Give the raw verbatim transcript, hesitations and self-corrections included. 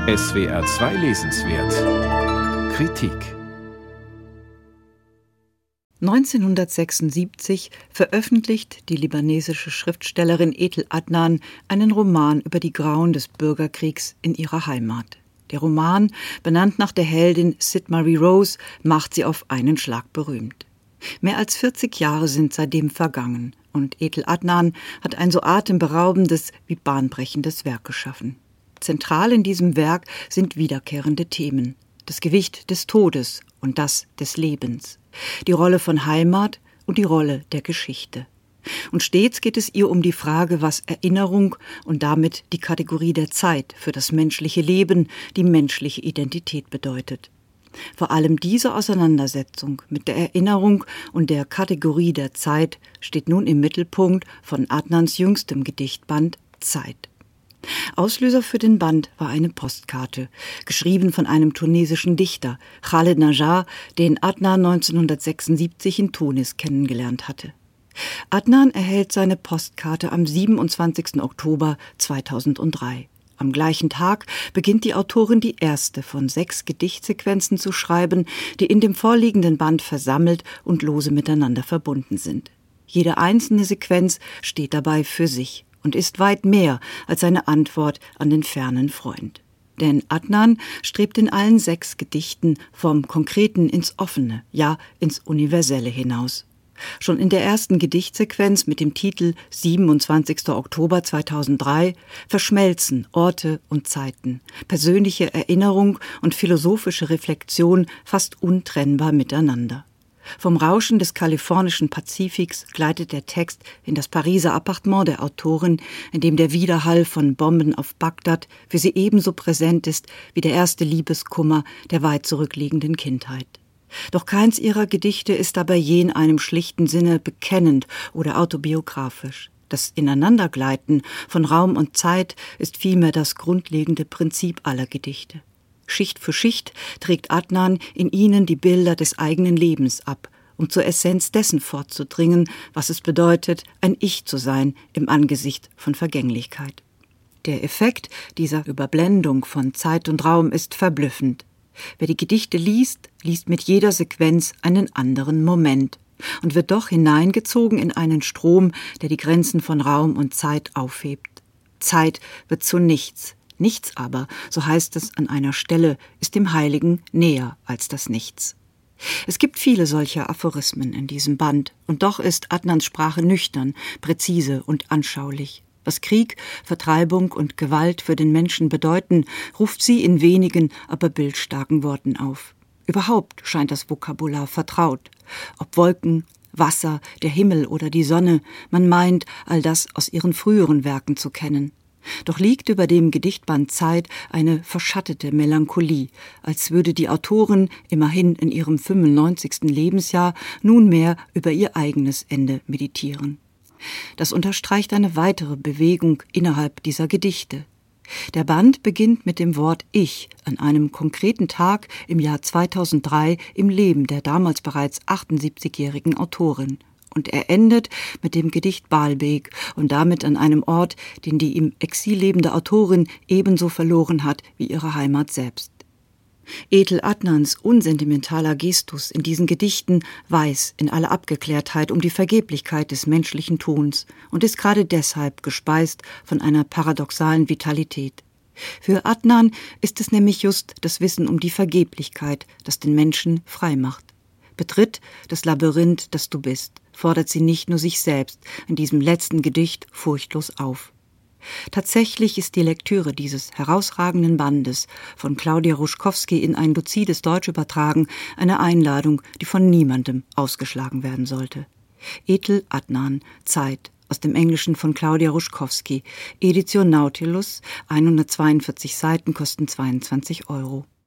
S W R zwei Lesenswert Kritik. neunzehnhundertsechsundsiebzig veröffentlicht die libanesische Schriftstellerin Ethel Adnan einen Roman über die Grauen des Bürgerkriegs in ihrer Heimat. Der Roman, benannt nach der Heldin Sid Marie Rose, macht sie auf einen Schlag berühmt. Mehr als vierzig Jahre sind seitdem vergangen und Ethel Adnan hat ein so atemberaubendes wie bahnbrechendes Werk geschaffen. Zentral in diesem Werk sind wiederkehrende Themen: das Gewicht des Todes und das des Lebens, die Rolle von Heimat und die Rolle der Geschichte. Und stets geht es ihr um die Frage, was Erinnerung und damit die Kategorie der Zeit für das menschliche Leben, die menschliche Identität bedeutet. Vor allem diese Auseinandersetzung mit der Erinnerung und der Kategorie der Zeit steht nun im Mittelpunkt von Adnans jüngstem Gedichtband Zeit. Auslöser für den Band war eine Postkarte, geschrieben von einem tunesischen Dichter, Khaled Najjar, den Adnan neunzehnhundertsechsundsiebzig in Tunis kennengelernt hatte. Adnan erhält seine Postkarte am siebenundzwanzigsten Oktober zweitausenddrei. Am gleichen Tag beginnt die Autorin die erste von sechs Gedichtsequenzen zu schreiben, die in dem vorliegenden Band versammelt und lose miteinander verbunden sind. Jede einzelne Sequenz steht dabei für sich und ist weit mehr als eine Antwort an den fernen Freund. Denn Adnan strebt in allen sechs Gedichten vom Konkreten ins Offene, ja ins Universelle hinaus. Schon in der ersten Gedichtsequenz mit dem Titel siebenundzwanzigster Oktober zweitausenddrei verschmelzen Orte und Zeiten, persönliche Erinnerung und philosophische Reflexion fast untrennbar miteinander. Vom Rauschen des kalifornischen Pazifiks gleitet der Text in das Pariser Appartement der Autorin, in dem der Widerhall von Bomben auf Bagdad für sie ebenso präsent ist wie der erste Liebeskummer der weit zurückliegenden Kindheit. Doch keins ihrer Gedichte ist dabei je in einem schlichten Sinne bekennend oder autobiografisch. Das Ineinandergleiten von Raum und Zeit ist vielmehr das grundlegende Prinzip aller Gedichte. Schicht für Schicht trägt Adnan in ihnen die Bilder des eigenen Lebens ab, um zur Essenz dessen vorzudringen, was es bedeutet, ein Ich zu sein im Angesicht von Vergänglichkeit. Der Effekt dieser Überblendung von Zeit und Raum ist verblüffend. Wer die Gedichte liest, liest mit jeder Sequenz einen anderen Moment und wird doch hineingezogen in einen Strom, der die Grenzen von Raum und Zeit aufhebt. Zeit wird zu nichts. Nichts aber, so heißt es an einer Stelle, ist dem Heiligen näher als das Nichts. Es gibt viele solcher Aphorismen in diesem Band, und doch ist Adnans Sprache nüchtern, präzise und anschaulich. Was Krieg, Vertreibung und Gewalt für den Menschen bedeuten, ruft sie in wenigen, aber bildstarken Worten auf. Überhaupt scheint das Vokabular vertraut. Ob Wolken, Wasser, der Himmel oder die Sonne, man meint, all das aus ihren früheren Werken zu kennen. Doch liegt über dem Gedichtband Zeit eine verschattete Melancholie, als würde die Autorin immerhin in ihrem fünfundneunzigsten Lebensjahr nunmehr über ihr eigenes Ende meditieren. Das unterstreicht eine weitere Bewegung innerhalb dieser Gedichte. Der Band beginnt mit dem Wort Ich an einem konkreten Tag im Jahr zweitausenddrei im Leben der damals bereits achtundsiebzigjährigen Autorin. Und er endet mit dem Gedicht Baalbek und damit an einem Ort, den die im Exil lebende Autorin ebenso verloren hat wie ihre Heimat selbst. Ethel Adnans unsentimentaler Gestus in diesen Gedichten weiß in aller Abgeklärtheit um die Vergeblichkeit des menschlichen Tuns und ist gerade deshalb gespeist von einer paradoxalen Vitalität. Für Adnan ist es nämlich just das Wissen um die Vergeblichkeit, das den Menschen frei macht. Betritt das Labyrinth, das du bist, fordert sie nicht nur sich selbst in diesem letzten Gedicht furchtlos auf. Tatsächlich ist die Lektüre dieses herausragenden Bandes von Claudia Ruschkowski in ein luzides Deutsch übertragen eine Einladung, die von niemandem ausgeschlagen werden sollte. Ethel Adnan, Zeit, aus dem Englischen von Claudia Ruschkowski, Edition Nautilus, hundertzweiundvierzig Seiten, kosten zweiundzwanzig Euro.